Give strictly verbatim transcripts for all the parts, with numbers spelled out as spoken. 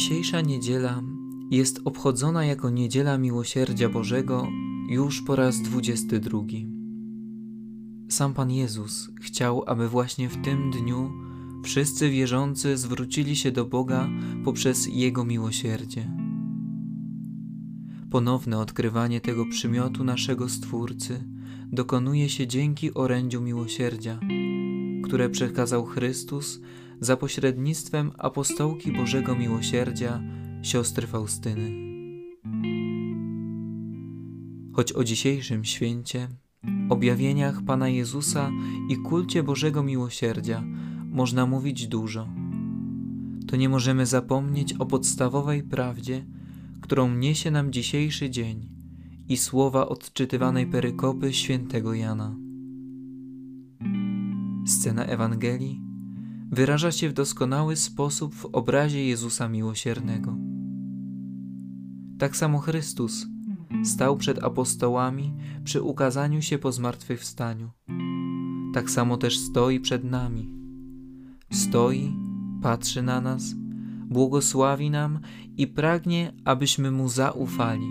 Dzisiejsza niedziela jest obchodzona jako Niedziela Miłosierdzia Bożego już po raz dwudziesty drugi. Sam Pan Jezus chciał, aby właśnie w tym dniu wszyscy wierzący zwrócili się do Boga poprzez Jego miłosierdzie. Ponowne odkrywanie tego przymiotu naszego Stwórcy dokonuje się dzięki orędziu miłosierdzia, które przekazał Chrystus za pośrednictwem apostołki Bożego Miłosierdzia, siostry Faustyny. Choć o dzisiejszym święcie, objawieniach Pana Jezusa i kulcie Bożego Miłosierdzia można mówić dużo, to nie możemy zapomnieć o podstawowej prawdzie, którą niesie nam dzisiejszy dzień i słowa odczytywanej perykopy świętego Jana. Scena Ewangelii wyraża się w doskonały sposób w obrazie Jezusa Miłosiernego. Tak samo Chrystus stał przed apostołami przy ukazaniu się po zmartwychwstaniu. Tak samo też stoi przed nami. Stoi, patrzy na nas, błogosławi nam i pragnie, abyśmy Mu zaufali.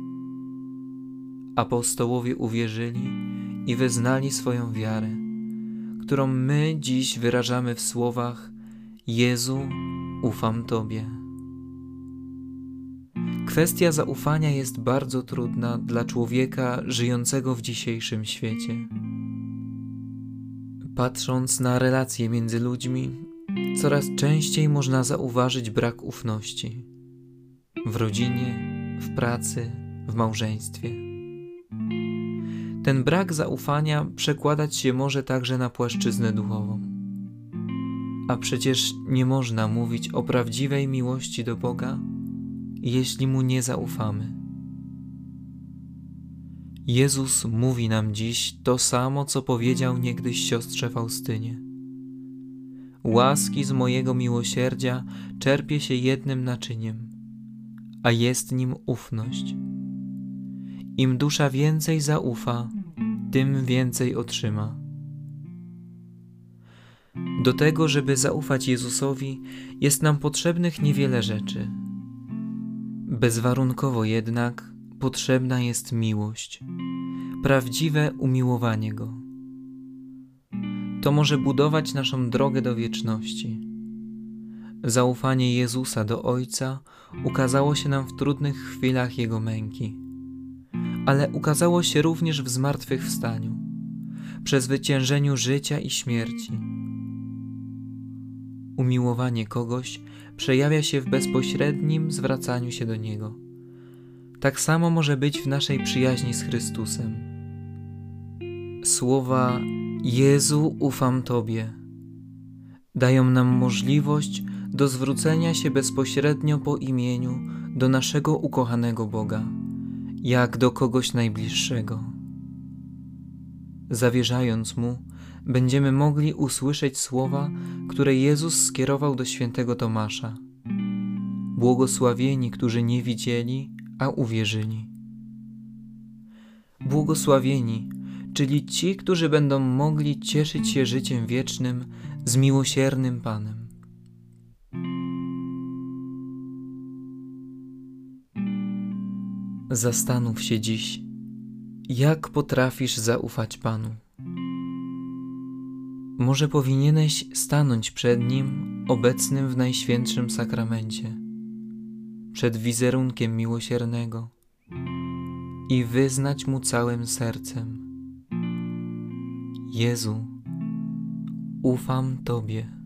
Apostołowie uwierzyli i wyznali swoją wiarę, którą my dziś wyrażamy w słowach: Jezu, ufam Tobie. Kwestia zaufania jest bardzo trudna dla człowieka żyjącego w dzisiejszym świecie. Patrząc na relacje między ludźmi, coraz częściej można zauważyć brak ufności w rodzinie, w pracy, w małżeństwie. Ten brak zaufania przekładać się może także na płaszczyznę duchową. A przecież nie można mówić o prawdziwej miłości do Boga, jeśli Mu nie zaufamy. Jezus mówi nam dziś to samo, co powiedział niegdyś siostrze Faustynie. Łaski z mojego miłosierdzia czerpie się jednym naczyniem, a jest nim ufność. Im dusza więcej zaufa, tym więcej otrzyma. Do tego, żeby zaufać Jezusowi, jest nam potrzebnych niewiele rzeczy. Bezwarunkowo jednak potrzebna jest miłość, prawdziwe umiłowanie Go. To może budować naszą drogę do wieczności. Zaufanie Jezusa do Ojca ukazało się nam w trudnych chwilach Jego męki, ale ukazało się również w zmartwychwstaniu, przezwyciężeniu życia i śmierci. Umiłowanie kogoś przejawia się w bezpośrednim zwracaniu się do Niego. Tak samo może być w naszej przyjaźni z Chrystusem. Słowa Jezu, ufam Tobie dają nam możliwość do zwrócenia się bezpośrednio po imieniu do naszego ukochanego Boga, jak do kogoś najbliższego. Zawierzając Mu, będziemy mogli usłyszeć słowa, które Jezus skierował do świętego Tomasza. Błogosławieni, którzy nie widzieli, a uwierzyli. Błogosławieni, czyli ci, którzy będą mogli cieszyć się życiem wiecznym z miłosiernym Panem. Zastanów się dziś, jak potrafisz zaufać Panu. Może powinieneś stanąć przed Nim obecnym w Najświętszym Sakramencie, przed wizerunkiem miłosiernego i wyznać Mu całym sercem: Jezu, ufam Tobie.